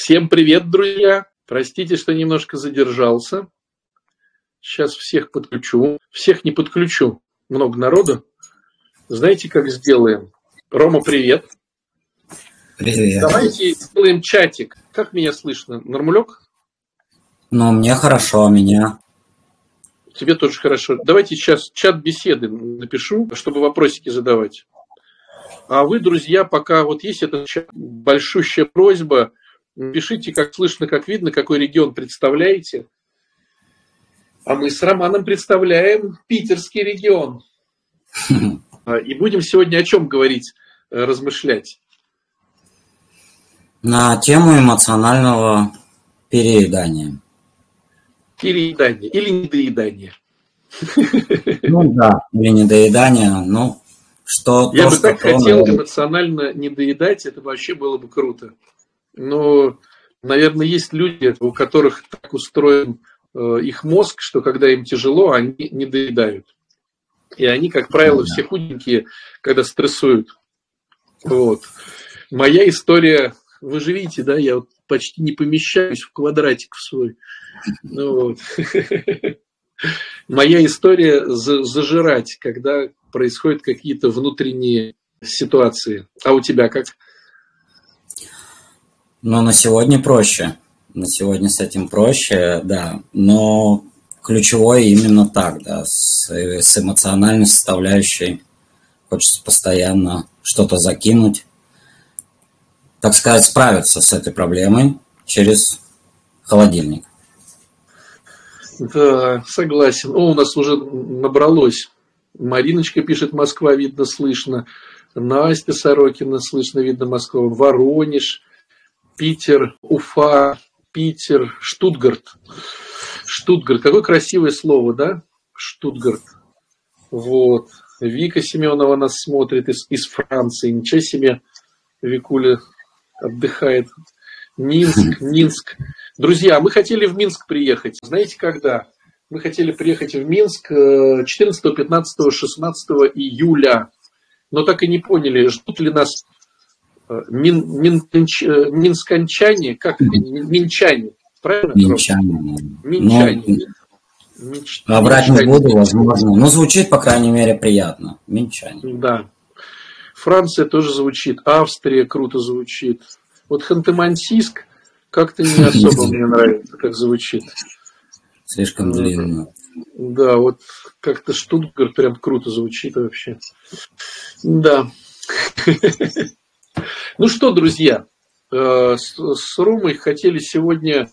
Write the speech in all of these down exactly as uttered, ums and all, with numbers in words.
Всем привет, друзья! Простите, что немножко задержался. Сейчас всех подключу. Всех не подключу. Много народу. Знаете, как сделаем? Рома, привет. Привет. Давайте сделаем чатик. Как меня слышно? Нормулек? Ну, мне хорошо, а меня? Тебе тоже хорошо. Давайте сейчас чат беседы напишу, чтобы вопросики задавать. А вы, друзья, пока вот есть эта большущая просьба, пишите, как слышно, как видно, какой регион представляете. А мы с Романом представляем питерский регион. И будем сегодня о чем говорить, размышлять? На тему эмоционального переедания. Переедание или недоедание? Ну да, или недоедание, ну, что... Я то, бы что так то, хотел наверное... эмоционально не доедать, это вообще было бы круто. Но, наверное, есть люди, у которых так устроен э, их мозг, что когда им тяжело, они не доедают. И они, как правило, все худенькие, когда стрессуют. Вот. Моя история, вы же видите, да, я вот почти не помещаюсь в квадратик в свой. Ну, вот. Моя история зажирать, когда происходят какие-то внутренние ситуации. А у тебя как? Ну, на сегодня проще. На сегодня с этим проще, да. Но ключевое именно так, да. С, с эмоциональной составляющей хочется постоянно что-то закинуть. Так сказать, справиться с этой проблемой через холодильник. Да, согласен. О, у нас уже набралось. Мариночка пишет, Москва, видно, слышно. Настя Сорокина, слышно, видно, Москва. Воронеж, Питер, Уфа, Питер, Штутгарт. Штутгарт. Какое красивое слово, да? Штутгарт. Вот. Вика Семенова нас смотрит из, из Франции. Ничего себе, Викуля отдыхает. Минск, Минск. Друзья, мы хотели в Минск приехать. Знаете, когда? Мы хотели приехать в Минск четырнадцатого, пятнадцатого, шестнадцатого июля. Но так и не поняли, ждут ли нас мин, мин, минсканчане, как минчане. Правильно? Минчане. Минчане. Ну, Минч... А врать не буду, возможно. Но звучит, по крайней мере, приятно. Минчане. Да. Франция тоже звучит. Австрия круто звучит. Вот Ханты-Мансийск как-то не особо мне нравится, как звучит. Слишком длинно. Да, вот как-то Штутгарт прям круто звучит вообще. Да. Ну что, друзья, с Ромой хотели сегодня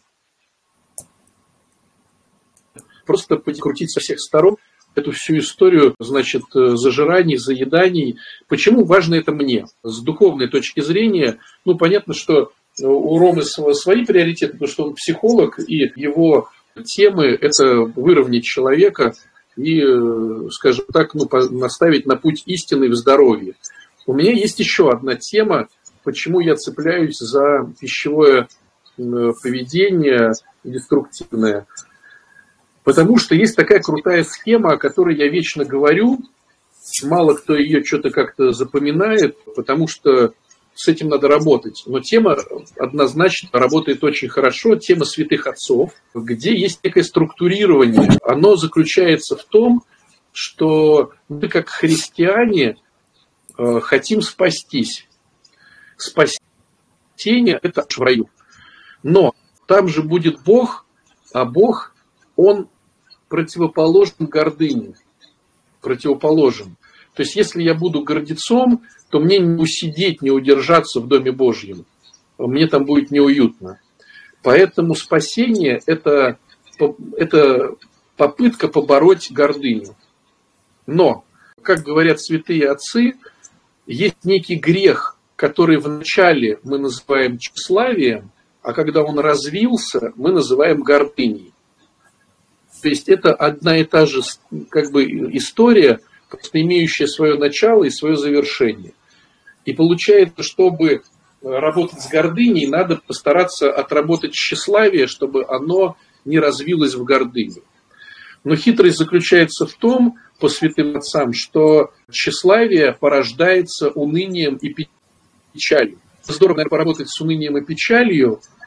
просто покрутить со всех сторон эту всю историю, значит, зажираний, заеданий. Почему важно это мне? С духовной точки зрения, ну, понятно, что у Ромы свои приоритеты, потому что он психолог, и его темы – это выровнять человека и, скажем так, ну, наставить на путь истины в здоровье. У меня есть еще одна тема, почему я цепляюсь за пищевое поведение деструктивное. Потому что есть такая крутая схема, о которой я вечно говорю. Мало кто ее что-то как-то запоминает, потому что с этим надо работать. Но тема однозначно работает очень хорошо. Тема святых отцов, где есть некое структурирование. Оно заключается в том, что мы, как христиане, хотим спастись. Спасение – это в раю. Но там же будет Бог, а Бог, Он противоположен гордыне. Противоположен. То есть, если я буду гордецом, то мне не усидеть, не удержаться в Доме Божьем. Мне там будет неуютно. Поэтому спасение – это, это попытка побороть гордыню. Но, как говорят святые отцы, есть некий грех, который вначале мы называем тщеславием, а когда он развился, мы называем гордыней. То есть это одна и та же как бы история, просто имеющая свое начало и свое завершение. И получается, чтобы работать с гордыней, надо постараться отработать тщеславие, чтобы оно не развилось в гордыню. Но хитрость заключается в том, по святым отцам, что тщеславие порождается унынием и печалью. Здорово, наверное, поработать с унынием и печалью,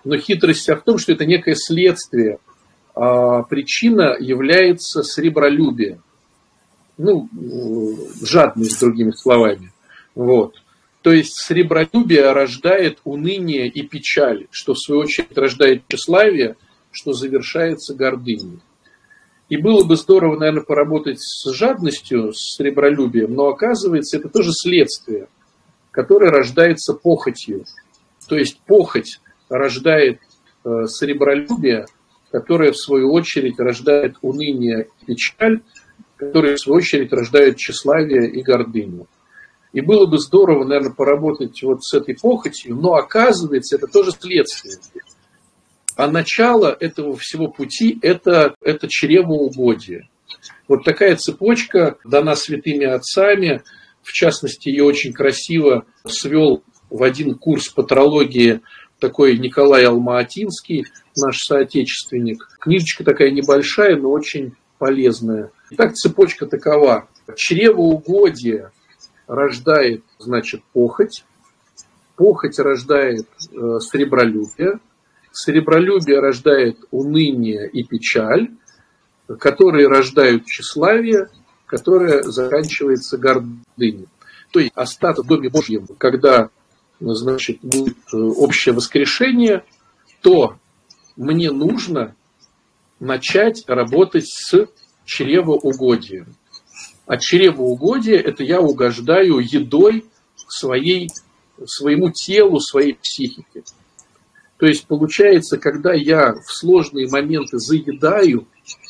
Но хитрость вся в том, что это некое следствие. А причина является сребролюбие. Ну, жадность, другими словами. Вот. То есть сребролюбие рождает уныние и печаль, что в свою очередь рождает тщеславие, что завершается гордыней. И было бы здорово, наверное, поработать с жадностью, с сребролюбием, но оказывается, это тоже следствие, которое рождается похотью. То есть похоть рождает э, сребролюбие, которое в свою очередь рождает уныние и печаль, которые в свою очередь рождают тщеславие и гордыню. И было бы здорово, наверное, поработать вот с этой похотью, но оказывается, это тоже следствие. А начало этого всего пути – это, это чревоугодие. Вот такая цепочка дана святыми отцами. В частности, ее очень красиво свел в один курс патрологии такой Николай Алма-Атинский, наш соотечественник. Книжечка такая небольшая, но очень полезная. Итак, цепочка такова. Чревоугодие рождает, значит, похоть. Похоть рождает э, сребролюбие. Сребролюбие рождает уныние и печаль, которые рождают тщеславие, которое заканчивается гордыней. То есть остаток в Доме Божьем, когда, значит, будет общее воскрешение, то мне нужно начать работать с чревоугодием. А чревоугодие – это я угождаю едой своей, своему телу, своей психике. То есть получается, когда я в сложные моменты заедаю,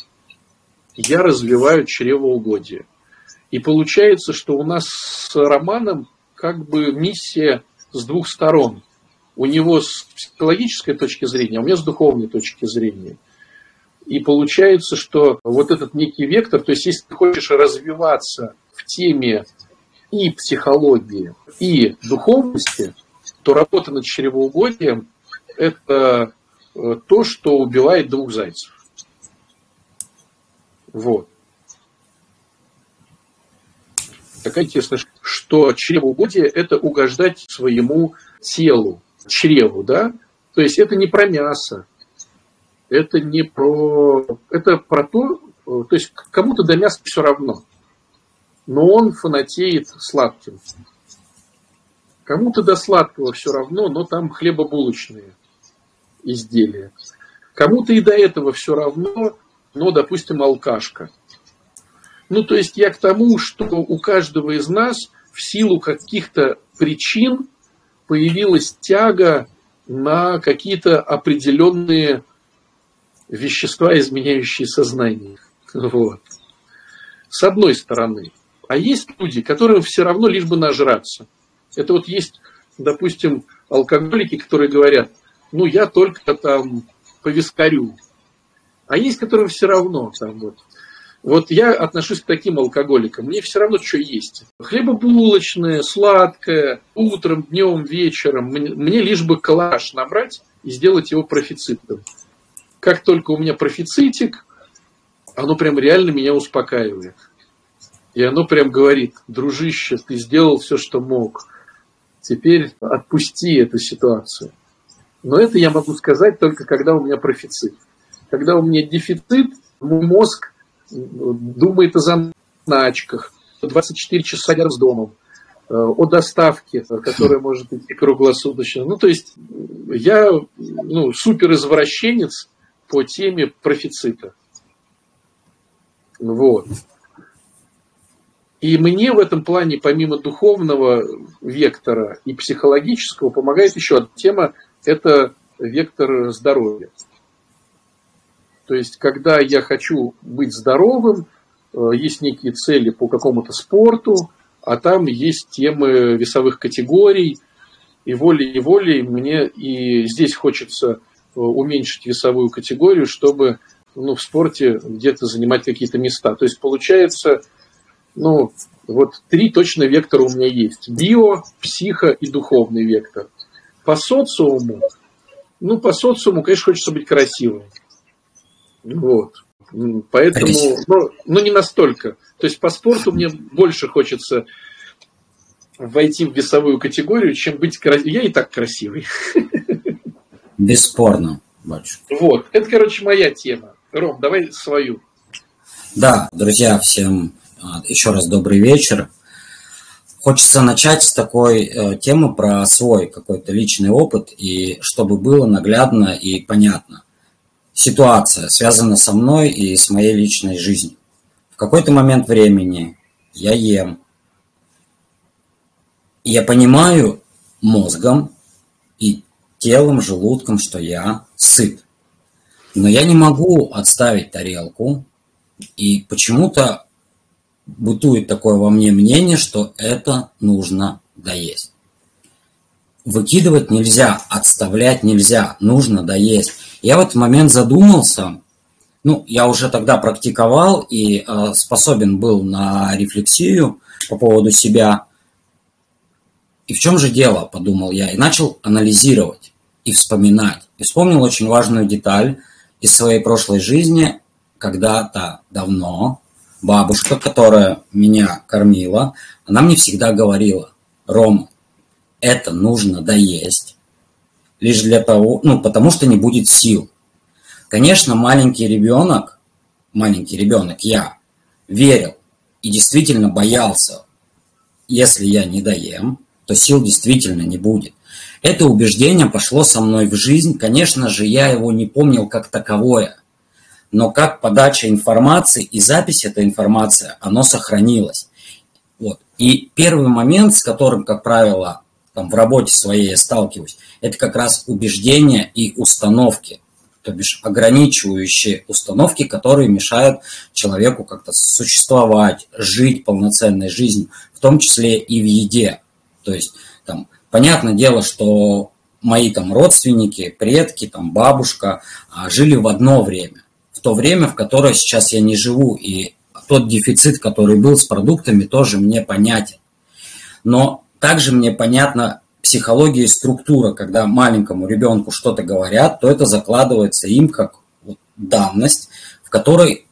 я развиваю чревоугодие. И получается, что у нас с Романом как бы миссия с двух сторон. У него с психологической точки зрения, а у меня с духовной точки зрения. И получается, что вот этот некий вектор, то есть если ты хочешь развиваться в теме и психологии, и духовности, то работа над чревоугодием – это то, что убивает двух зайцев. Вот. Такая интересная, что чревоугодие – это угождать своему телу, чреву, да? То есть это не про мясо, это не про… Это про то, то есть кому-то до мяса все равно, но он фанатеет сладким. Кому-то до сладкого все равно, но там хлебобулочные изделия. Кому-то и до этого все равно, но, допустим, алкашка. Ну, то есть я к тому, что у каждого из нас в силу каких-то причин появилась тяга на какие-то определенные вещества, изменяющие сознание. Вот. С одной стороны. А есть люди, которым все равно лишь бы нажраться. Это вот есть, допустим, алкоголики, которые говорят, ну, я только там по вискарю. А есть, которым все равно. Там, вот. Вот я отношусь к таким алкоголикам. Мне все равно, что есть. Хлебобулочное, сладкое, утром, днем, вечером. Мне, мне лишь бы калаш набрать и сделать его профицитом. Как только у меня профицитик, оно прям реально меня успокаивает. И оно прям говорит, дружище, ты сделал все, что мог. Теперь отпусти эту ситуацию. Но это я могу сказать только когда у меня профицит. Когда у меня дефицит, мой мозг думает о заначках, двадцать четыре часа рядом с домом, о доставке, которая может идти круглосуточно. Ну, то есть я ну, суперизвращенец по теме профицита. Вот. И мне в этом плане, помимо духовного вектора и психологического, помогает еще одна тема, это вектор здоровья. То есть, когда я хочу быть здоровым, есть некие цели по какому-то спорту, а там есть темы весовых категорий, и волей-неволей мне и здесь хочется уменьшить весовую категорию, чтобы ну, в спорте где-то занимать какие-то места. То есть, получается, ну, вот три точно вектора у меня есть. Био, психо и духовный вектор. По социуму, ну, по социуму, конечно, хочется быть красивым. Вот. Поэтому, ну, ну, не настолько. То есть по спорту мне больше хочется войти в весовую категорию, чем быть красивым. Я и так красивый. Бесспорно, батюшка. Вот, это, короче, моя тема. Ром, давай свою. Да, друзья, всем еще раз добрый вечер. Хочется начать с такой э, темы про свой какой-то личный опыт, и чтобы было наглядно и понятно. Ситуация связана со мной и с моей личной жизнью. В какой-то момент времени я ем, и я понимаю мозгом и телом, желудком, что я сыт. Но я не могу отставить тарелку, и почему-то бытует такое во мне мнение, что это нужно доесть. Выкидывать нельзя, отставлять нельзя, нужно доесть. Я в этот момент задумался, ну, я уже тогда практиковал и э, способен был на рефлексию по поводу себя. И в чем же дело, подумал я, и начал анализировать и вспоминать. И вспомнил очень важную деталь из своей прошлой жизни. Когда-то давно бабушка, которая меня кормила, она мне всегда говорила: Рома, это нужно доесть, лишь для того, ну, потому что не будет сил. Конечно, маленький ребенок, маленький ребенок, я верил и действительно боялся, если я не доем, то сил действительно не будет. Это убеждение пошло со мной в жизнь. Конечно же, я его не помнил как таковое, но как подача информации и запись этой информации, оно сохранилось. Вот. И первый момент, с которым, как правило, там, в работе своей я сталкиваюсь, это как раз убеждения и установки, то бишь ограничивающие установки, которые мешают человеку как-то существовать, жить полноценной жизнью, в том числе и в еде. То есть, там, понятное дело, что мои там родственники, предки, там, бабушка жили в одно время. В то время, в которое сейчас я не живу, и тот дефицит, который был с продуктами, тоже мне понятен. Но также мне понятна психология и структура, когда маленькому ребенку что-то говорят, то это закладывается им как данность, в которой,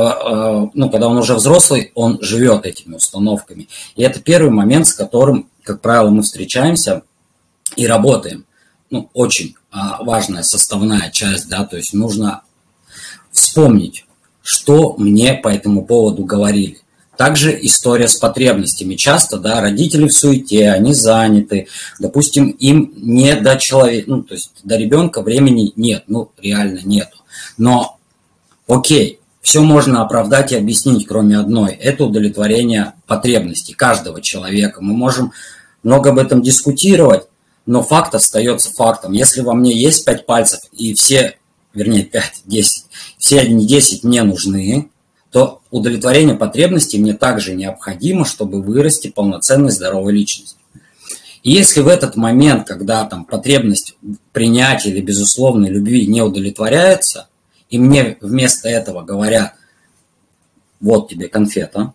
ну, когда он уже взрослый, он живет этими установками. И это первый момент, с которым, как правило, мы встречаемся и работаем. Ну, очень важная составная часть, да, то есть нужно вспомнить, что мне по этому поводу говорили. Также история с потребностями. Часто, да, родители в суете, они заняты, допустим, им не до человека, ну, то есть до ребенка времени нет, ну, реально нету. Но, окей, все можно оправдать и объяснить, кроме одной. Это удовлетворение потребностей каждого человека. Мы можем много об этом дискутировать, но факт остается фактом. Если во мне есть пять пальцев и все... вернее, пять, десять, все они десять мне нужны, то удовлетворение потребностей мне также необходимо, чтобы вырасти полноценной здоровой личностью. И если в этот момент, когда там потребность принятия или безусловной любви не удовлетворяется, и мне вместо этого говорят: вот тебе конфета,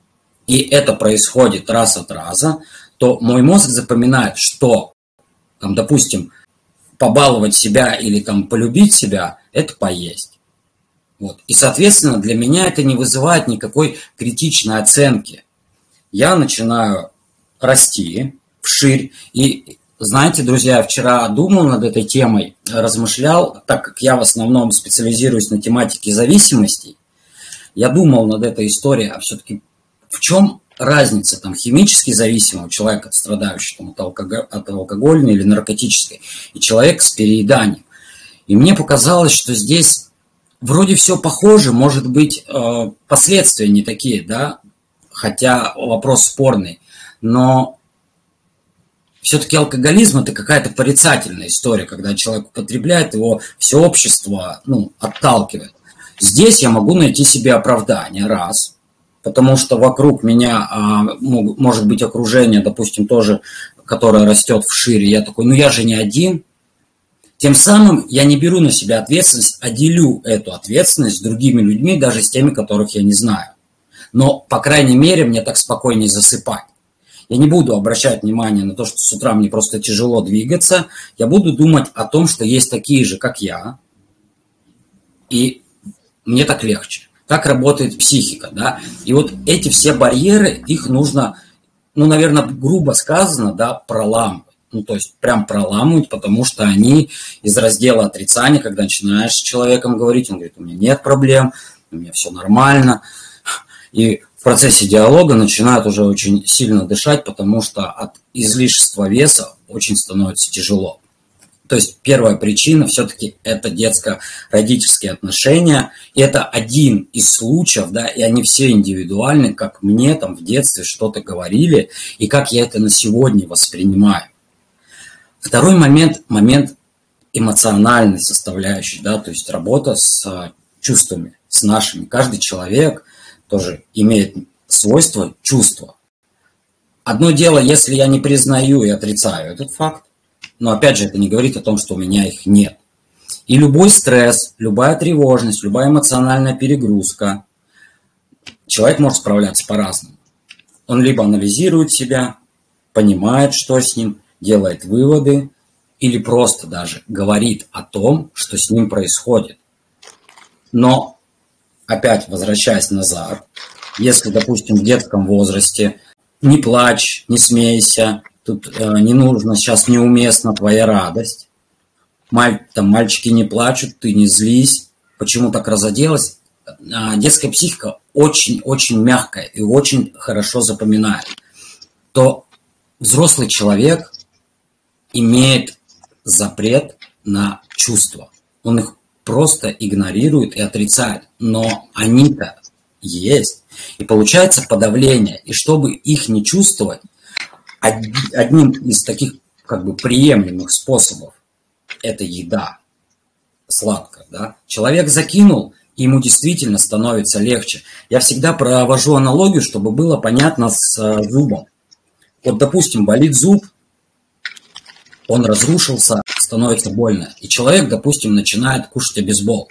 и это происходит раз от раза, то мой мозг запоминает, что, там, допустим, побаловать себя или там полюбить себя – это поесть. Вот. И, соответственно, для меня это не вызывает никакой критичной оценки. Я начинаю расти вширь. И, знаете, друзья, вчера думал над этой темой, размышлял, так как я в основном специализируюсь на тематике зависимостей, я думал над этой историей, а все-таки в чем разница там химически зависимого человека, страдающего там, от, алкоголь, от алкогольной или наркотической, и человека с перееданием. И мне показалось, что здесь вроде все похоже, может быть, э, последствия не такие, да, хотя вопрос спорный, но все-таки алкоголизм – это какая-то порицательная история, когда человек употребляет, его все общество, ну, отталкивает. Здесь я могу найти себе оправдание, раз – потому что вокруг меня а, может быть окружение, допустим, тоже, которое растет вшире. Я такой, ну я же не один. Тем самым я не беру на себя ответственность, а делю эту ответственность с другими людьми, даже с теми, которых я не знаю. Но, по крайней мере, мне так спокойнее засыпать. Я не буду обращать внимание на то, что с утра мне просто тяжело двигаться. Я буду думать о том, что есть такие же, как я, и мне так легче. Так работает психика, да. И вот эти все барьеры, их нужно, ну, наверное, грубо сказано, да, проламывать. Ну, то есть прям проламывают, потому что они из раздела отрицания, когда начинаешь с человеком говорить, он говорит, у меня нет проблем, у меня все нормально. И в процессе диалога начинают уже очень сильно дышать, потому что от излишества веса очень становится тяжело. То есть первая причина все-таки это детско-родительские отношения. И это один из случаев, да, и они все индивидуальны, как мне там в детстве что-то говорили, и как я это на сегодня воспринимаю. Второй момент, момент эмоциональной составляющей, да, то есть работа с чувствами, с нашими. Каждый человек тоже имеет свойство чувства. Одно дело, если я не признаю и отрицаю этот факт, но опять же это не говорит о том, что у меня их нет. И любой стресс, любая тревожность, любая эмоциональная перегрузка, человек может справляться по-разному. Он либо анализирует себя, понимает, что с ним, делает выводы, или просто даже говорит о том, что с ним происходит. Но, опять возвращаясь назад, если, допустим, в детском возрасте не плачь, не смейся, тут э, не нужно, сейчас неуместна твоя радость, Маль, там, мальчики не плачут, ты не злись, почему так разоделась, а детская психика очень-очень мягкая и очень хорошо запоминает, то взрослый человек имеет запрет на чувства. Он их просто игнорирует и отрицает. Но они-то есть. И получается подавление. И чтобы их не чувствовать, одним из таких как бы приемлемых способов это еда. Сладкая, да? Человек закинул, и ему действительно становится легче. Я всегда провожу аналогию, чтобы было понятно с зубом. Вот, допустим, болит зуб, он разрушился, становится больно. И человек, допустим, начинает кушать обезбол.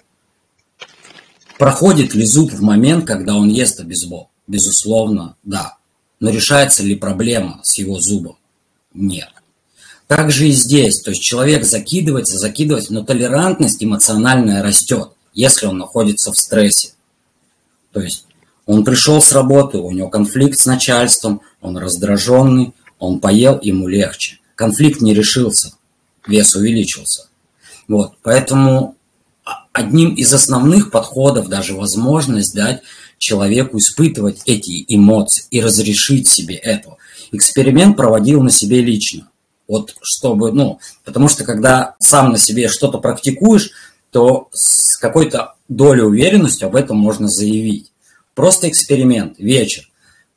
Проходит ли зуб в момент, когда он ест обезбол? Безусловно, да. Но решается ли проблема с его зубом? Нет. Так же и здесь. То есть человек закидывается, закидывается, но толерантность эмоциональная растет, если он находится в стрессе. То есть он пришел с работы, у него конфликт с начальством, он раздраженный, он поел, ему легче. Конфликт не решился, вес увеличился. Вот, поэтому одним из основных подходов, даже возможность дать человеку испытывать эти эмоции и разрешить себе это. Эксперимент проводил на себе лично. Вот чтобы, ну, потому что когда сам на себе что-то практикуешь, то с какой-то долей уверенности об этом можно заявить. Просто эксперимент, вечер.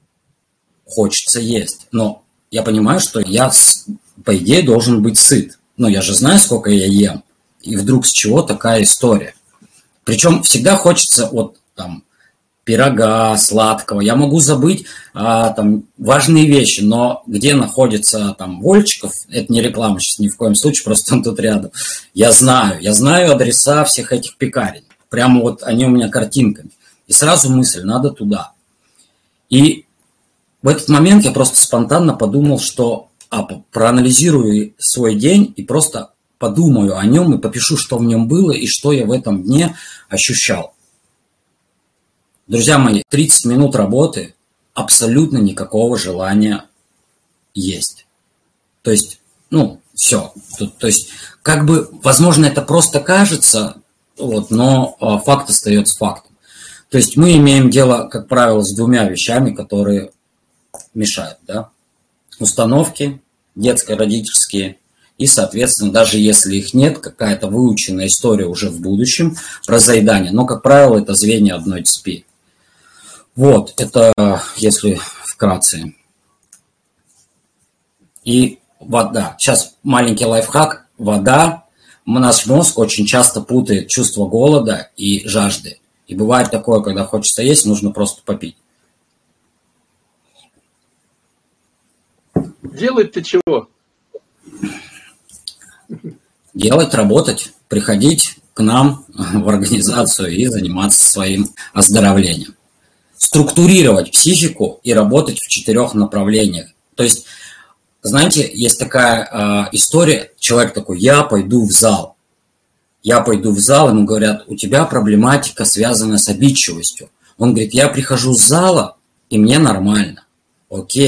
Хочется есть, но я понимаю, что я, по идее, должен быть сыт. Но я же знаю, сколько я ем. И вдруг с чего такая история? Причем всегда хочется вот там пирога, сладкого. Я могу забыть а, там важные вещи, но где находится там Вольчиков, это не реклама сейчас ни в коем случае, просто он тут рядом. Я знаю, я знаю адреса всех этих пекарен. Прямо вот они у меня картинками. И сразу мысль, надо туда. И в этот момент я просто спонтанно подумал, что а, проанализирую свой день и просто подумаю о нем и попишу, что в нем было и что я в этом дне ощущал. Друзья мои, тридцать минут работы, абсолютно никакого желания есть. То есть, ну, все. То, то есть, как бы, возможно, это просто кажется, вот, но а, факт остается фактом. То есть мы имеем дело, как правило, с двумя вещами, которые мешают, да? Установки детско-родительские, и, соответственно, даже если их нет, какая-то выученная история уже в будущем про заедание, но, как правило, это звенья одной цепи. Вот, это если вкратце. И вода. Сейчас маленький лайфхак. Вода. Наш мозг очень часто путает чувство голода и жажды. И бывает такое, когда хочется есть, нужно просто попить. Делать-то чего? Делать, работать, приходить к нам в организацию и заниматься своим оздоровлением. Структурировать психику и работать в четырех направлениях. То есть, знаете, есть такая э, история, человек такой, я пойду в зал. Я пойду в зал, ему говорят, у тебя проблематика, связанная с обидчивостью. Он говорит, я прихожу с зала, и мне нормально. Окей,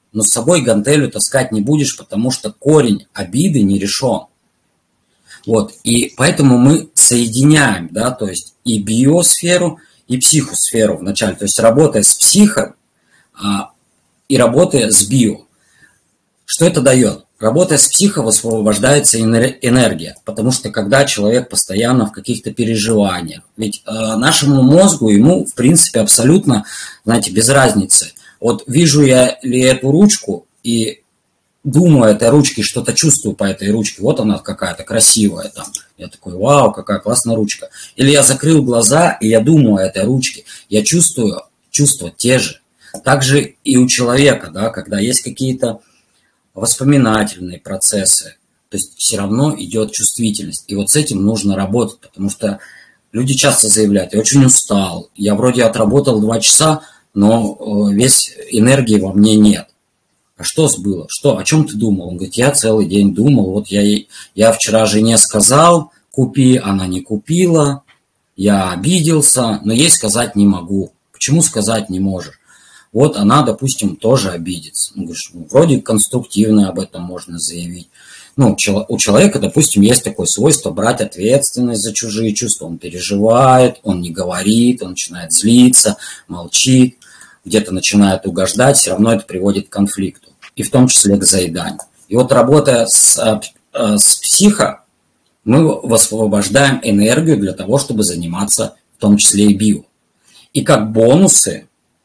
но с собой гантелью таскать не будешь, потому что корень обиды не решен. Вот, и поэтому мы соединяем, да, то есть и биосферу, и психосферу вначале, то есть работая с психо а, и работая с био. Что это дает? Работая с психо высвобождается энергия, потому что когда человек постоянно в каких-то переживаниях, ведь э, нашему мозгу, ему в принципе абсолютно, знаете, без разницы. Вот вижу я ли эту ручку и думаю о этой ручке, что-то чувствую по этой ручке, вот она какая-то красивая там, я такой, вау, какая классная ручка. Или я закрыл глаза, и я думаю о этой ручке, я чувствую чувства те же. Также и у человека, да, когда есть какие-то воспоминательные процессы, то есть все равно идет чувствительность. И вот с этим нужно работать, потому что люди часто заявляют, я очень устал, я вроде отработал два часа, но весь энергии во мне нет. А что было? Что? О чем ты думал? Он говорит, я целый день думал, вот я, я вчера жене сказал, купи, она не купила, я обиделся, но ей сказать не могу. Почему сказать не можешь? Вот она, допустим, тоже обидится. Он говорит, ну, вроде конструктивно об этом можно заявить. Ну, у человека, допустим, есть такое свойство брать ответственность за чужие чувства. Он переживает, он не говорит, он начинает злиться, молчит, где-то начинает угождать, все равно это приводит к конфликту. И в том числе к заеданию. И вот работая с, с психо, мы высвобождаем энергию для того, чтобы заниматься в том числе и био. И как бонусы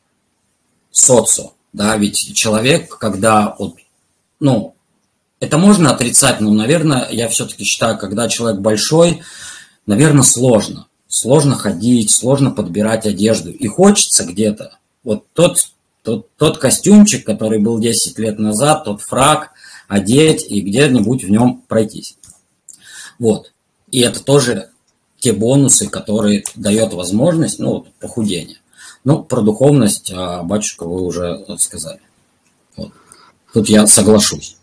социо, да, ведь человек, когда вот, ну, это можно отрицать, но, наверное, я все-таки считаю, когда человек большой, наверное, сложно. Сложно ходить, сложно подбирать одежду. И хочется где-то, вот тот, тот, тот костюмчик, который был десять лет назад, тот фрак одеть и где-нибудь в нем пройтись. Вот. И это тоже те бонусы, которые дает возможность, ну, вот, похудения. Ну, про духовность, батюшка, вы уже сказали. Вот. Тут я соглашусь.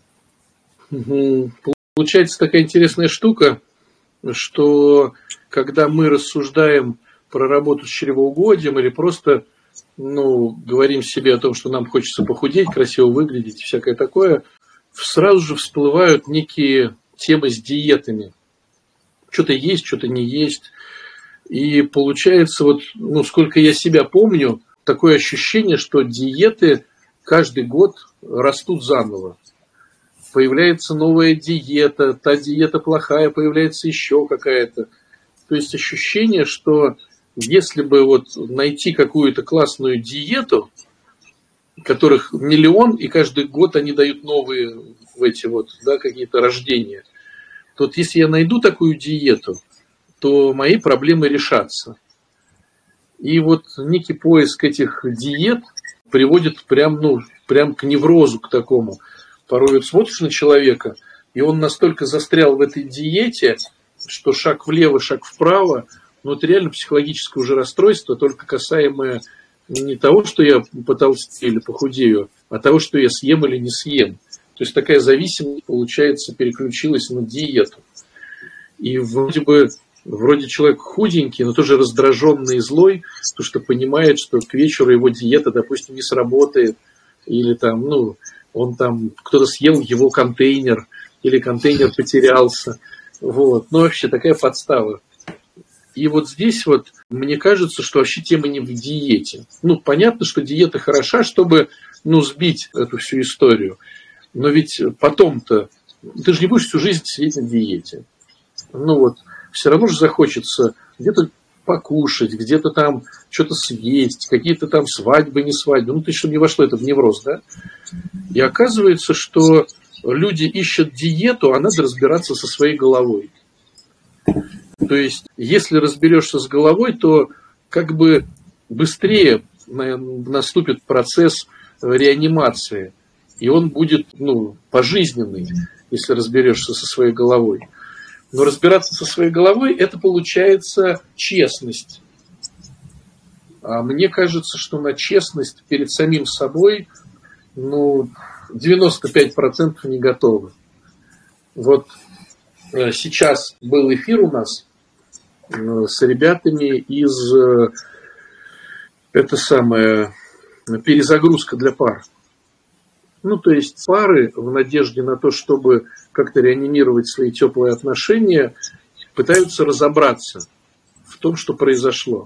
Получается такая интересная штука, что когда мы рассуждаем про работу с чревоугодием или просто, ну, говорим себе о том, что нам хочется похудеть, красиво выглядеть и всякое такое, сразу же всплывают некие темы с диетами. Что-то есть, что-то не есть. И получается, вот, ну, сколько я себя помню, такое ощущение, что диеты каждый год растут заново. Появляется новая диета, та диета плохая, появляется еще какая-то. То есть ощущение, что если бы вот найти какую-то классную диету, которых миллион, и каждый год они дают новые в эти вот, да, какие-то рождения, то вот если я найду такую диету, то мои проблемы решатся. И вот некий поиск этих диет приводит прям, ну, прям к неврозу, к такому. Порой вот смотришь на человека, и он настолько застрял в этой диете, что шаг влево, шаг вправо, ну, это реально психологическое уже расстройство, только касаемое не того, что я потолстею или похудею, а того, что я съем или не съем. То есть такая зависимость, получается, переключилась на диету. И вроде бы Вроде человек худенький, но тоже раздраженный и злой, потому что понимает, что к вечеру его диета, допустим, не сработает, или там, ну, он там, кто-то съел его контейнер, или контейнер потерялся. Вот. Ну, вообще такая подстава. И вот здесь вот мне кажется, что вообще тема не в диете. Ну, понятно, что диета хороша, чтобы, ну, сбить эту всю историю. Но ведь потом-то ты же не будешь всю жизнь сидеть на диете. Ну вот, все равно же захочется где-то покушать, где-то там что-то съесть, какие-то там свадьбы, не свадьбы. Ну, ты чтобы не вошло это в невроз, да? И оказывается, что люди ищут диету, а надо разбираться со своей головой. То есть, если разберешься с головой, то как бы быстрее наступит процесс реанимации. И он будет, ну, пожизненный, если разберешься со своей головой. Но разбираться со своей головой, это получается честность. А мне кажется, что на честность перед самим собой, ну, девяносто пять процентов не готовы. Вот сейчас был эфир у нас с ребятами из, это самое, перезагрузка для пар. Ну, то есть пары в надежде на то, чтобы как-то реанимировать свои теплые отношения, пытаются разобраться в том, что произошло.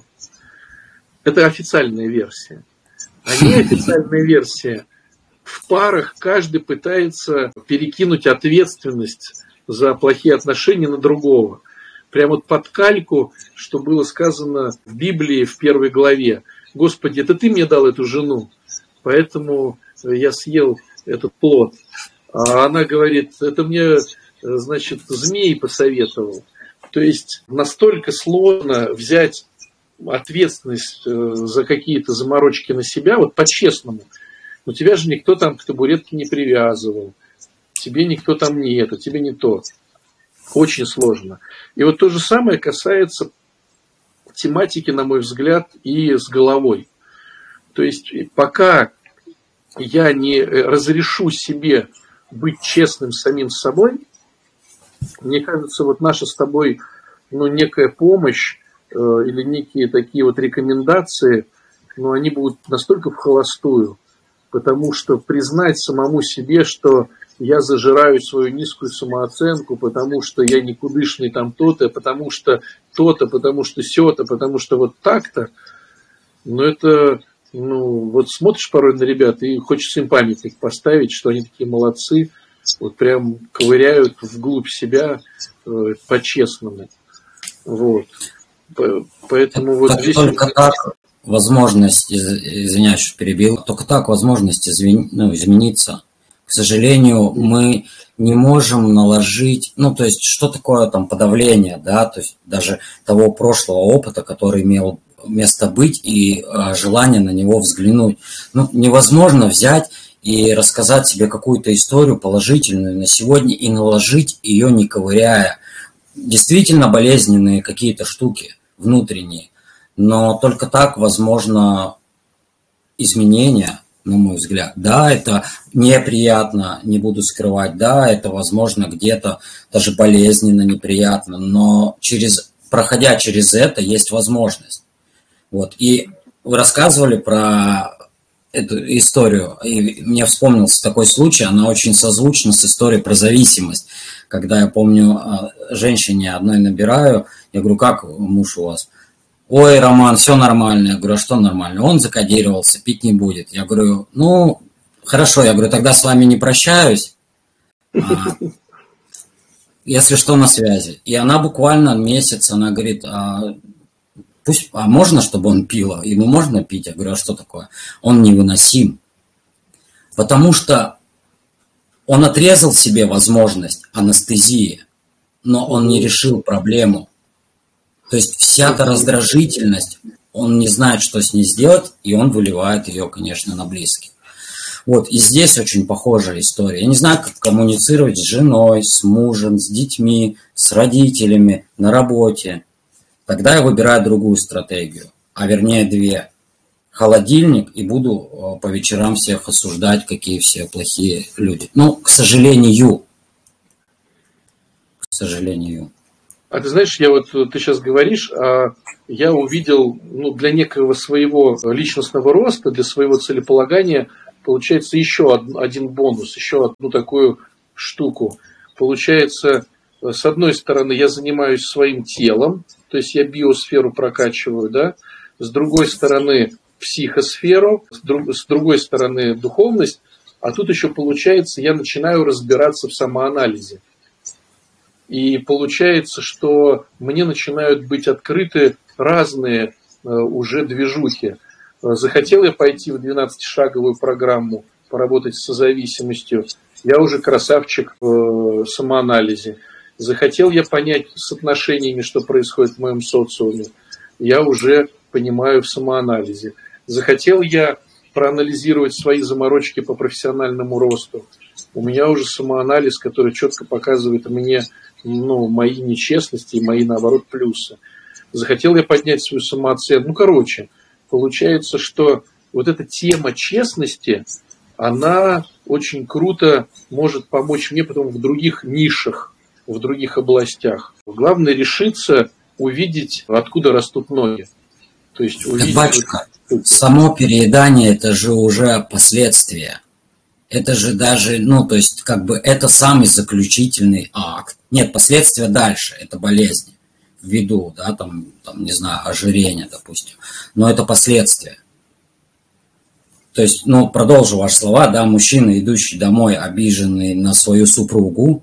Это официальная версия. А неофициальная версия: в парах каждый пытается перекинуть ответственность за плохие отношения на другого. Прямо вот под кальку, что было сказано в Библии в первой главе. Господи, это ты мне дал эту жену, поэтому я съел этот плод. А она говорит, это мне, значит, змей посоветовал. То есть настолько сложно взять ответственность за какие-то заморочки на себя, вот по-честному. Но тебя же никто там к табуретке не привязывал, тебе никто там не это, тебе не то. Очень сложно. И вот то же самое касается тематики, на мой взгляд, и с головой. То есть пока я не разрешу себе быть честным с самим собой, мне кажется, вот наша с тобой, ну, некая помощь э, или некие такие вот рекомендации, ну, они будут настолько в холостую, потому что признать самому себе, что я зажираю свою низкую самооценку, потому что я никудышный там то-то, потому что то-то, потому что сё-то, потому что вот так-то, ну, это... Ну, вот смотришь порой на ребят, и хочется им памятник поставить, что они такие молодцы, вот прям ковыряют вглубь себя э, по-честному. Вот. Поэтому вот так, здесь... Только так возможность, извиняюсь, что перебил, только так возможность извин, ну, измениться. К сожалению, мы не можем наложить, ну, то есть, что такое там подавление, да, то есть даже того прошлого опыта, который имел место быть, и э, желание на него взглянуть. Ну, невозможно взять и рассказать себе какую-то историю положительную на сегодня и наложить ее, не ковыряя. Действительно болезненные какие-то штуки внутренние, но только так возможно изменения, на мой взгляд. Да, это неприятно, не буду скрывать, да, это возможно где-то даже болезненно, неприятно, но через, проходя через это, есть возможность. Вот. И вы рассказывали про эту историю, и мне вспомнился такой случай, она очень созвучна с историей про зависимость. Когда я помню, женщине одной набираю, я говорю, как муж у вас? Ой, Роман, все нормально. Я говорю, а что нормально? Он закодировался, пить не будет. Я говорю, ну, хорошо, я говорю, тогда с вами не прощаюсь, если что, на связи. И она буквально месяц, она говорит, Пусть, а можно, чтобы он пил? Ему можно пить? Я говорю, а что такое? Он невыносим. Потому что он отрезал себе возможность анестезии, но он не решил проблему. То есть вся эта раздражительность, он не знает, что с ней сделать, и он выливает ее, конечно, на близких. Вот, и здесь очень похожая история. Я не знаю, как коммуницировать с женой, с мужем, с детьми, с родителями, на работе. Тогда я выбираю другую стратегию, а вернее две. Холодильник, и буду по вечерам всех осуждать, какие все плохие люди. Ну, к сожалению. К сожалению. А ты знаешь, я вот, ты сейчас говоришь, а я увидел, ну, для некого своего личностного роста, для своего целеполагания, получается еще один бонус, еще одну такую штуку. Получается, с одной стороны, я занимаюсь своим телом, то есть я биосферу прокачиваю, да, с другой стороны психосферу, с, друг, с другой стороны духовность, а тут еще получается, я начинаю разбираться в самоанализе. И получается, что мне начинают быть открыты разные э, уже движухи. Захотел я пойти в двенадцатишаговую программу, поработать с созависимостью, я уже красавчик в э, самоанализе. Захотел я понять с отношениями, что происходит в моем социуме, я уже понимаю в самоанализе. Захотел я проанализировать свои заморочки по профессиональному росту, у меня уже самоанализ, который четко показывает мне, ну, мои нечестности и мои, наоборот, плюсы. Захотел я поднять свою самооценку. Ну, короче, получается, что вот эта тема честности, она очень круто может помочь мне потом в других нишах, в других областях. Главное решиться увидеть, откуда растут ноги. То есть увидеть... Так, батюшка, само переедание – это же уже последствия. Это же даже, ну, то есть, как бы, это самый заключительный акт. Нет, последствия дальше, это болезни, ввиду, да, там, там, не знаю, ожирения, допустим. Но это последствия. То есть, ну, продолжу ваши слова, да, мужчина, идущий домой, обиженный на свою супругу,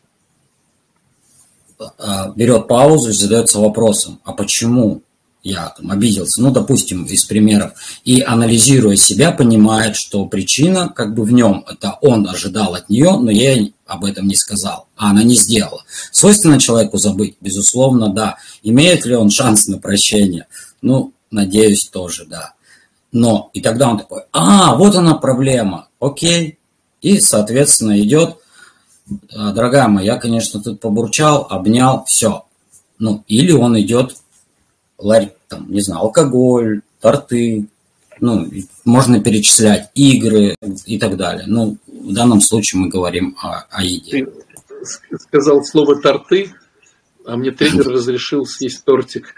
берет паузу и задается вопросом, а почему я там обиделся, ну, допустим, из примеров, и, анализируя себя, понимает, что причина как бы в нем, это он ожидал от нее, но я ей об этом не сказал, а она не сделала. Свойственно человеку забыть? Безусловно, да. Имеет ли он шанс на прощение? Ну, надеюсь, тоже, да. Но, и тогда он такой, а, вот она проблема, окей. И, соответственно, идет, дорогая моя, я, конечно, тут побурчал, обнял, все. Ну, или он идет, ларь, там, не знаю, алкоголь, торты, ну, можно перечислять, игры и так далее. Ну, в данном случае мы говорим о, о еде. Ты сказал слово торты, а мне тренер разрешил съесть тортик.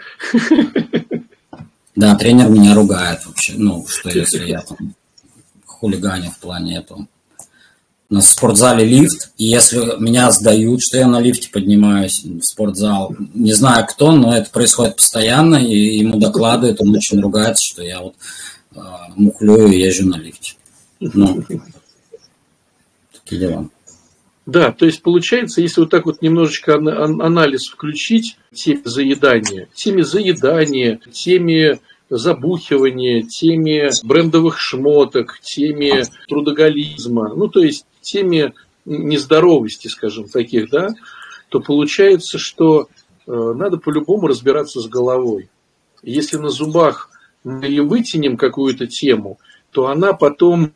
Да, тренер меня ругает вообще, ну, что если я там хулиганю в плане этого. У нас в спортзале лифт, и если меня сдают, что я на лифте поднимаюсь в спортзал, не знаю кто, но это происходит постоянно, и ему докладывают, он очень ругается, что я вот э, мухлю и езжу на лифте. Ну, такие дела. Да, то есть получается, если вот так вот немножечко анализ включить, теме заедания, теме заедания, теме забухивания, теме брендовых шмоток, теме трудоголизма, ну то есть теме нездоровости, скажем, таких, да, то получается, что э, надо по-любому разбираться с головой. Если на зубах мы и вытянем какую-то тему, то она потом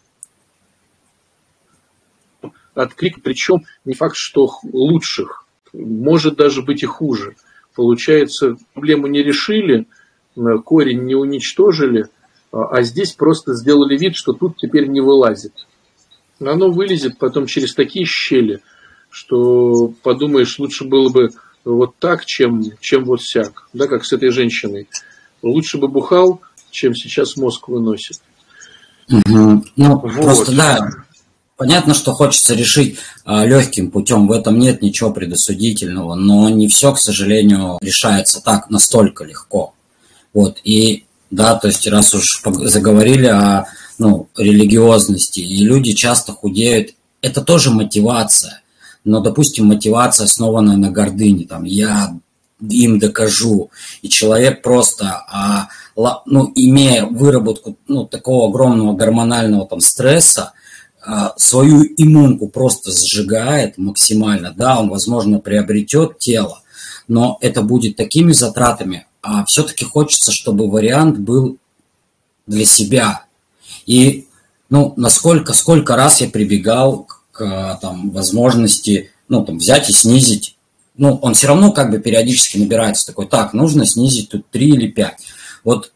отклик, причем не факт, что лучших, может даже быть и хуже. Получается, проблему не решили, корень не уничтожили, а здесь просто сделали вид, что тут теперь не вылазит. Оно вылезет потом через такие щели, что подумаешь, лучше было бы вот так, чем, чем вот сяк, да, как с этой женщиной. Лучше бы бухал, чем сейчас мозг выносит. Угу. Ну, вот. Просто да. Понятно, что хочется решить а, легким путем, в этом нет ничего предосудительного, но не все, к сожалению, решается так настолько легко. Вот, и да, то есть раз уж заговорили о ну, религиозности, и люди часто худеют, это тоже мотивация, но, допустим, мотивация, основанная на гордыне, там, я им докажу, и человек просто, а, ну, имея выработку ну, такого огромного гормонального там, стресса, свою иммунку просто сжигает максимально, да, он, возможно, приобретет тело, но это будет такими затратами, а все-таки хочется, чтобы вариант был для себя. И, ну, насколько, сколько раз я прибегал к там, возможности, ну, там, взять и снизить, ну, он все равно как бы периодически набирается такой, так, нужно снизить тут три или пять. Вот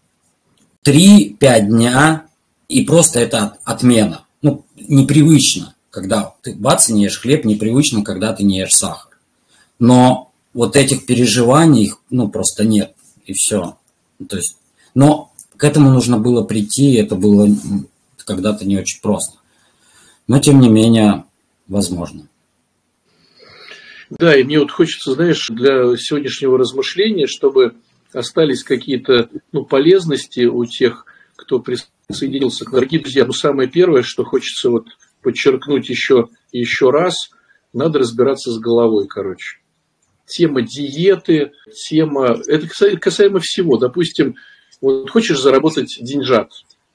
три-пять дня, и просто это отмена. Ну, непривычно, когда ты бац, не ешь хлеб, непривычно, когда ты не ешь сахар. Но вот этих переживаний, их, ну, просто нет, и все. То есть, но к этому нужно было прийти, это было когда-то не очень просто. Но, тем не менее, возможно. Да, и мне вот хочется, знаешь, для сегодняшнего размышления, чтобы остались какие-то ну, полезности у тех, кто присоединился к нам. Дорогие друзья, ну, самое первое, что хочется вот подчеркнуть еще и еще раз, надо разбираться с головой, короче. Тема диеты, тема... Это касаемо всего. Допустим, вот хочешь заработать деньжат.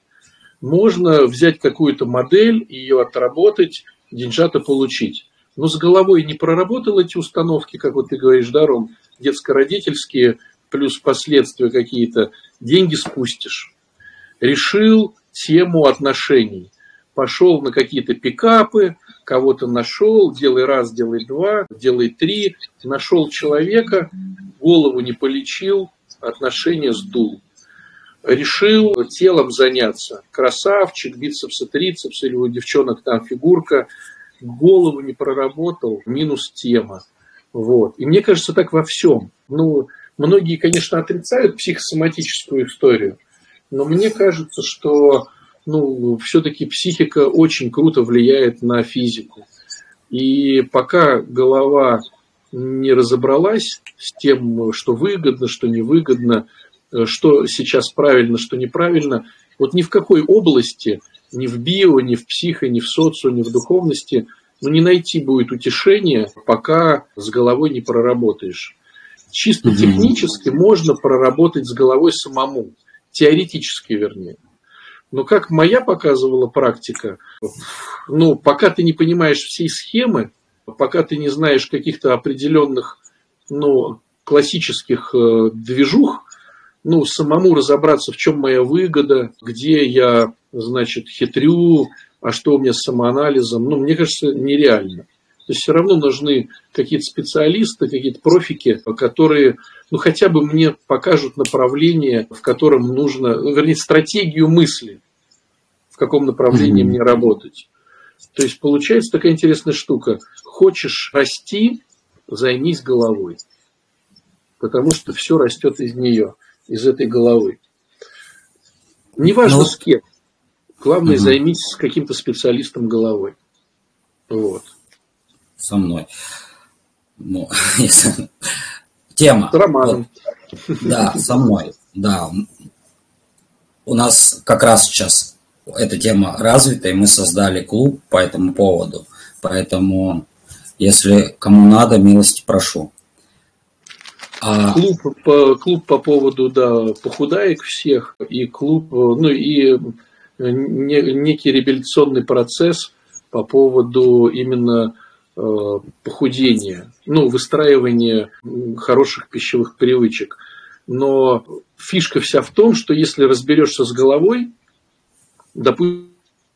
Можно взять какую-то модель, ее отработать, деньжата получить. Но с головой не проработал эти установки, как вот ты говоришь, да, Ром, детско-родительские, плюс последствия какие-то, деньги спустишь. Решил тему отношений. Пошел на какие-то пикапы, кого-то нашел, делай раз, делай два, делай три. Нашел человека, голову не полечил, отношения сдул. Решил телом заняться. Красавчик, бицепсы, трицепсы, или у девчонок там фигурка. Голову не проработал, минус тема. Вот. И мне кажется, так во всем. Ну, многие, конечно, отрицают психосоматическую историю, но мне кажется, что ну, все-таки психика очень круто влияет на физику. И пока голова не разобралась с тем, что выгодно, что невыгодно, что сейчас правильно, что неправильно, вот ни в какой области, ни в био, ни в психо, ни в социо, ни в духовности, ну, не найти будет утешения, пока с головой не проработаешь. Чисто mm-hmm. технически можно проработать с головой самому, теоретически вернее. Но как моя показывала практика, ну, пока ты не понимаешь всей схемы, пока ты не знаешь каких-то определенных, ну, классических э, движух, ну, самому разобраться, в чем моя выгода, где я, значит, хитрю, а что у меня с самоанализом, ну, мне кажется, нереально. То есть все равно нужны какие-то специалисты, какие-то профики, которые, ну, хотя бы мне покажут направление, в котором нужно, ну, вернее, стратегию мысли, в каком направлении mm-hmm. мне работать. То есть получается такая интересная штука. Хочешь расти, займись головой. Потому что все растет из нее, из этой головы. Неважно ну, с кем. Главное, угу. займись с каким-то специалистом головой. Вот. Со мной. Ну, тема. С Романом. Вот, да, со мной. Да. У нас как раз сейчас эта тема развита, и мы создали клуб по этому поводу. Поэтому, если кому надо, милости прошу. А... Клуб, по, клуб по поводу, да, похудаек всех, и клуб, ну и не, некий реабилитационный процесс по поводу именно э, похудения, ну, выстраивания хороших пищевых привычек. Но фишка вся в том, что если разберешься с головой, допустим,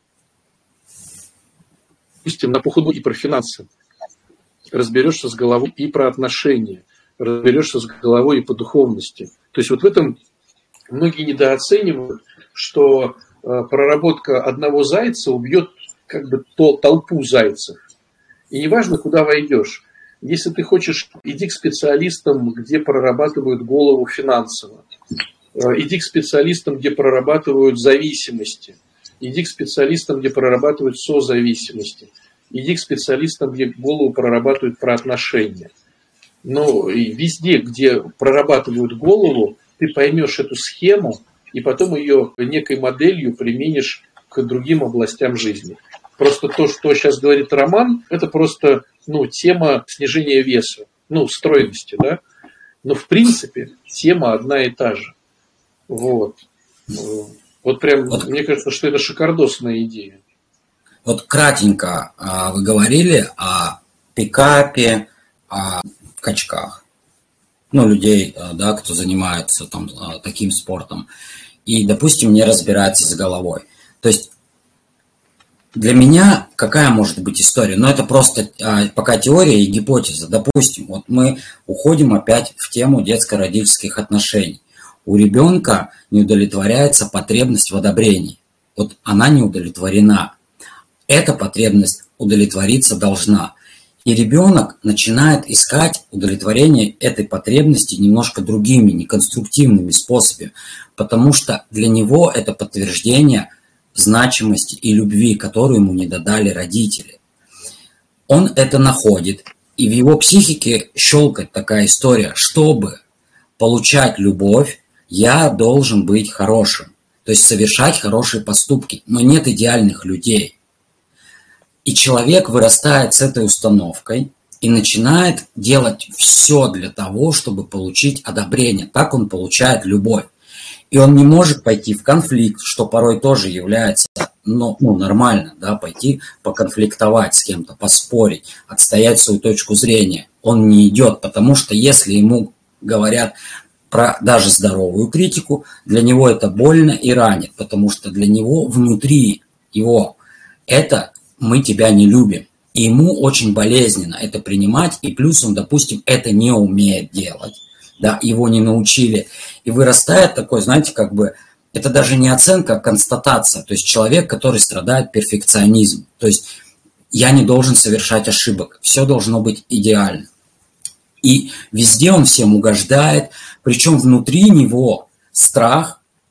на похуду и про финансы, разберешься с головой и про отношения, разберешься с головой и по духовности. То есть вот в этом многие недооценивают, что проработка одного зайца убьет как бы толпу зайцев. И неважно, куда войдешь. Если ты хочешь, иди к специалистам, где прорабатывают голову финансово. Иди к специалистам, где прорабатывают зависимости. Иди к специалистам, где прорабатывают созависимости. Иди к специалистам, где голову прорабатывают про отношения. Но и везде, где прорабатывают голову, ты поймешь эту схему и потом ее некой моделью применишь к другим областям жизни. Просто то, что сейчас говорит Роман, это просто, ну, тема снижения веса, ну, стройности, да. Но в принципе тема одна и та же. Вот. Вот прям, вот, мне кажется, что это шикардосная идея. Вот кратенько вы говорили о пикапе, о качках. Ну, людей, да, кто занимается там таким спортом. И, допустим, не разбирается с головой. То есть для меня какая может быть история? Ну, это просто а, пока теория и гипотеза. Допустим, вот мы уходим опять в тему детско-родительских отношений. У ребенка не удовлетворяется потребность в одобрении. Вот она не удовлетворена. Эта потребность удовлетвориться должна. И ребенок начинает искать удовлетворение этой потребности немножко другими, неконструктивными способами, потому что для него это подтверждение значимости и любви, которую ему не додали родители. Он это находит, и в его психике щелкает такая история: чтобы получать любовь, я должен быть хорошим, то есть совершать хорошие поступки, но нет идеальных людей. И человек вырастает с этой установкой и начинает делать все для того, чтобы получить одобрение. Так он получает любовь. И он не может пойти в конфликт, что порой тоже является ну, ну, нормально, да, пойти поконфликтовать с кем-то, поспорить, отстоять свою точку зрения. Он не идет, потому что если ему говорят про даже здоровую критику, для него это больно и ранит, потому что для него внутри его это мы тебя не любим. И ему очень болезненно это принимать, и плюс он, допустим, это не умеет делать. Да, его не научили. И вырастает такой, знаете, как бы, это даже не оценка, а констатация. То есть человек, который страдает перфекционизмом. То есть я не должен совершать ошибок. Все должно быть идеально. И везде он всем угождает. Причем внутри него страх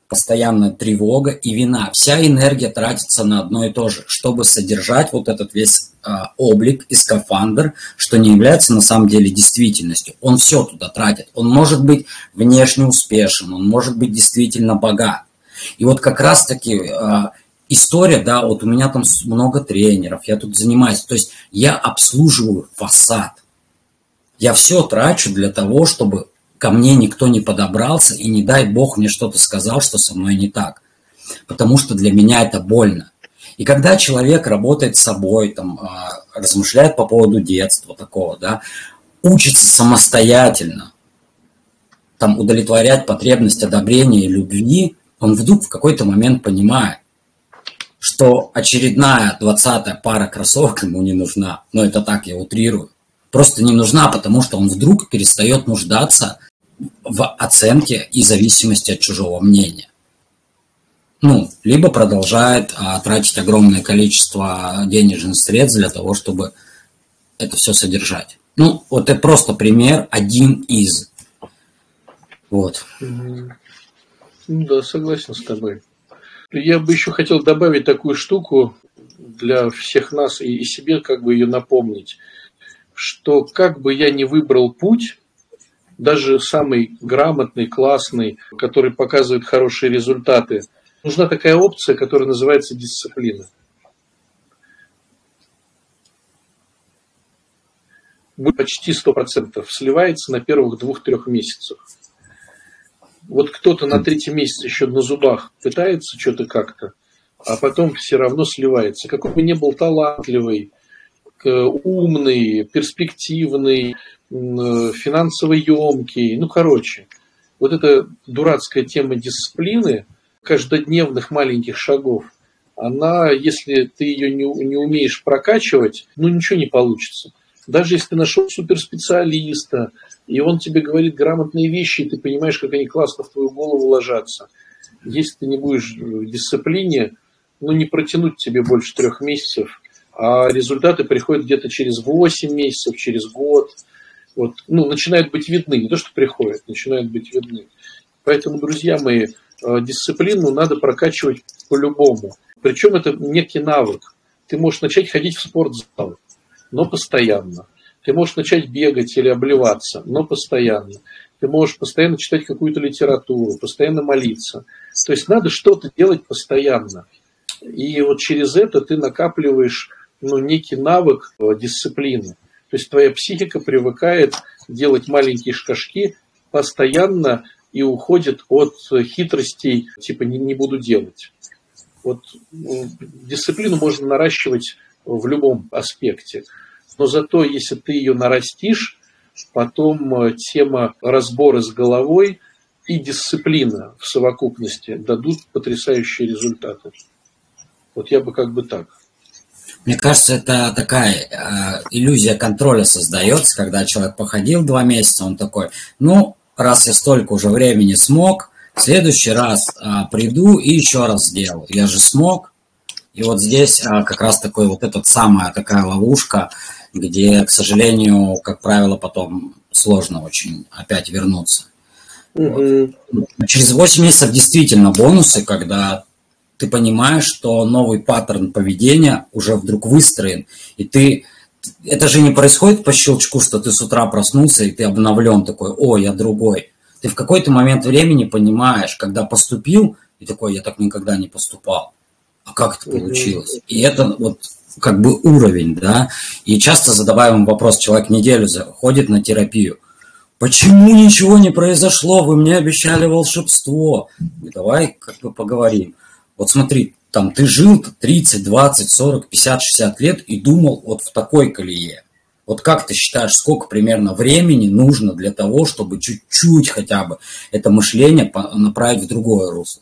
постоянная тревога и вина. Вся энергия тратится на одно и то же, чтобы содержать вот этот весь э, облик и скафандр, что не является на самом деле действительностью. Он все туда тратит. Он может быть внешне успешен, он может быть действительно богат. И вот как раз-таки э, история, да, вот у меня там много тренеров, я тут занимаюсь, то есть я обслуживаю фасад. Я все трачу для того, чтобы ко мне никто не подобрался, и не дай бог мне что-то сказал, что со мной не так. Потому что для меня это больно. И когда человек работает с собой, там, размышляет по поводу детства такого, да, учится самостоятельно там, удовлетворять потребность одобрения и любви, он вдруг в какой-то момент понимает, что очередная двадцатая пара кроссовок ему не нужна. Но это так, я утрирую. Просто не нужна, потому что он вдруг перестает нуждаться в оценке и зависимости от чужого мнения. Ну, либо продолжает а, тратить огромное количество денежных средств для того, чтобы это все содержать. Ну, вот это просто пример, один из. Вот. Ну да, согласен с тобой. Я бы еще хотел добавить такую штуку для всех нас и себе, как бы ее напомнить, что как бы я ни выбрал путь, даже самый грамотный, классный, который показывает хорошие результаты, нужна такая опция, которая называется дисциплина. Почти сто процентов сливается на первых двух-трех месяцах. Вот кто-то на третьем месяце еще на зубах пытается что-то как-то, а потом все равно сливается. Какой бы ни был талантливый, умный, перспективный, финансово емкий, ну, короче, вот эта дурацкая тема дисциплины, каждодневных маленьких шагов, она, если ты ее не, не умеешь прокачивать, ну, ничего не получится. Даже если ты нашел суперспециалиста, и он тебе говорит грамотные вещи, и ты понимаешь, как они классно в твою голову ложатся, если ты не будешь в дисциплине, ну, не протянуть тебе больше трех месяцев, а результаты приходят где-то через восемь месяцев, через год. Вот, ну, начинают быть видны, не то, что приходят, начинают быть видны. Поэтому, друзья мои, дисциплину надо прокачивать по-любому. Причем это некий навык. Ты можешь начать ходить в спортзал, но постоянно. Ты можешь начать бегать или обливаться, но постоянно. Ты можешь постоянно читать какую-то литературу, постоянно молиться. То есть надо что-то делать постоянно. И вот через это ты накапливаешь, ну, некий навык дисциплины. То есть твоя психика привыкает делать маленькие шажки постоянно и уходит от хитростей, типа не, не буду делать. Вот дисциплину можно наращивать в любом аспекте. Но зато, если ты ее нарастишь, потом тема разбора с головой и дисциплина в совокупности дадут потрясающие результаты. Вот я бы как бы так. Мне кажется, это такая э, иллюзия контроля создается, когда человек походил два месяца, он такой, ну, раз я столько уже времени смог, в следующий раз э, приду и еще раз сделаю. Я же смог. И вот здесь э, как раз такой вот эта самая такая ловушка, где, к сожалению, как правило, потом сложно очень опять вернуться. Mm-hmm. Вот. Через восемь месяцев действительно бонусы, когда ты понимаешь, что новый паттерн поведения уже вдруг выстроен, и ты... Это же не происходит по щелчку, что ты с утра проснулся, и ты обновлен такой, о, я другой. Ты в какой-то момент времени понимаешь, когда поступил, и такой, я так никогда не поступал. А как это получилось? И это вот как бы уровень, да. И часто задаваем вопрос, человек неделю ходит на терапию. Почему ничего не произошло? Вы мне обещали волшебство. И давай как бы поговорим. Вот смотри, там ты жил тридцать, двадцать, сорок, пятьдесят, шестьдесят лет и думал вот в такой колее. Вот как ты считаешь, сколько примерно времени нужно для того, чтобы чуть-чуть хотя бы это мышление направить в другое русло?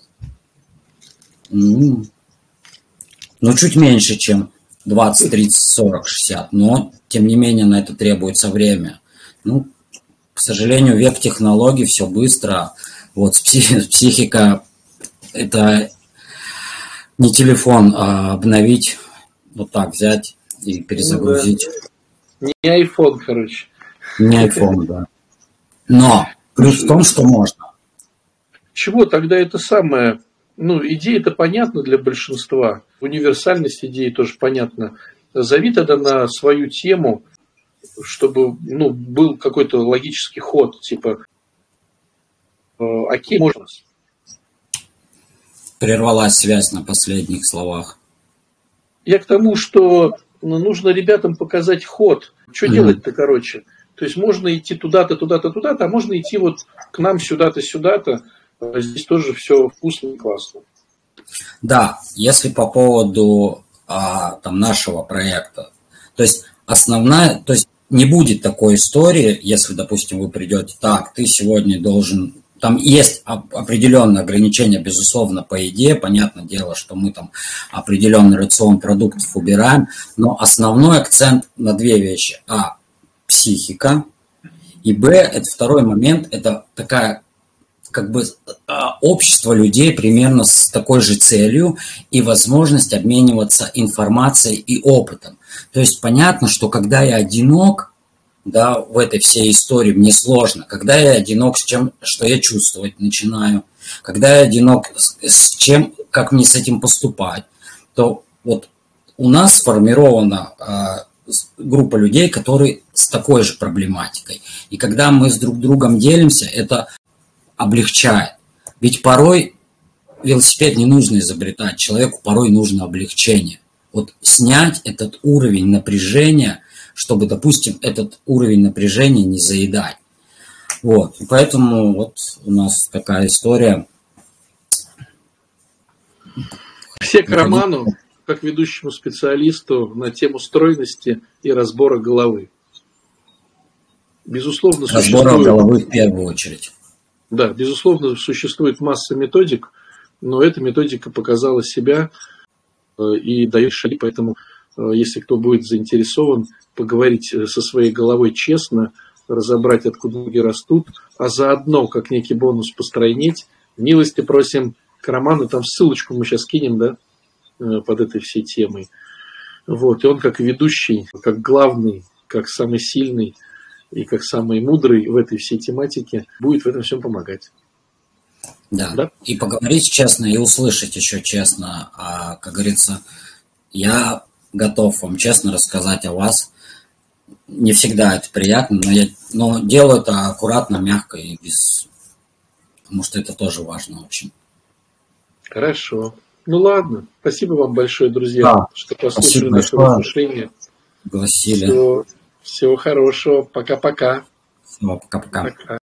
Ну, ну чуть меньше, чем двадцать, тридцать, сорок, шестьдесят, но тем не менее на это требуется время. Ну, к сожалению, век технологий, все быстро. Вот психика – это не телефон, а обновить, вот так взять и перезагрузить. Ну, да. Не iPhone, короче. Не iPhone, да. Но плюс в том, что можно. Чего тогда это самое? Ну, идея-то понятна для большинства. Универсальность идеи тоже понятна. Зови тогда на свою тему, чтобы, ну, был какой-то логический ход, типа, э, окей, можно. Прервалась связь на последних словах. Я к тому, что нужно ребятам показать ход. Что mm-hmm. делать-то, короче? То есть можно идти туда-то, туда-то, туда-то, а можно идти вот к нам сюда-то, сюда-то. Здесь тоже все вкусно и классно. Да, если по поводу а, там, нашего проекта, то есть основная, то есть не будет такой истории, если, допустим, вы придете, так, ты сегодня должен, там есть определенные ограничения, безусловно, по еде, понятное дело, что мы там определенный рацион продуктов убираем, но основной акцент на две вещи. А, психика, и Б, это второй момент, это такая как бы общество людей примерно с такой же целью и возможность обмениваться информацией и опытом. То есть понятно, что когда я одинок, да, в этой всей истории мне сложно. Когда я одинок с чем, что я чувствовать начинаю, когда я одинок с, с чем, как мне с этим поступать, то вот у нас сформирована э, группа людей, которые с такой же проблематикой. И когда мы с друг другом делимся, это облегчает. Ведь порой велосипед не нужно изобретать, человеку порой нужно облегчение. Вот снять этот уровень напряжения, чтобы, допустим, этот уровень напряжения не заедать. Вот. И поэтому вот у нас такая история. Все к Роману, как ведущему специалисту на тему стройности и разбора головы. Безусловно, разбора существует... головы в первую очередь. Да, безусловно, существует масса методик, но эта методика показала себя и дает шаги, поэтому, если кто будет заинтересован, поговорить со своей головой честно, разобрать, откуда ноги растут, а заодно, как некий бонус, постройнеть, милости просим к Роману, там ссылочку мы сейчас кинем, да, под этой всей темой. Вот, и он как ведущий, как главный, как самый сильный, и как самый мудрый в этой всей тематике будет в этом всем помогать. Да. да, и поговорить честно, и услышать еще честно. А, как говорится, я готов вам честно рассказать о вас. Не всегда это приятно, но я но делаю это аккуратно, мягко и без... Потому что это тоже важно очень. Хорошо. Ну ладно. Спасибо вам большое, друзья, да. что послушали наше размышление. Пригласили. Всего, всего хорошего. Пока-пока. Всего пока-пока. Пока.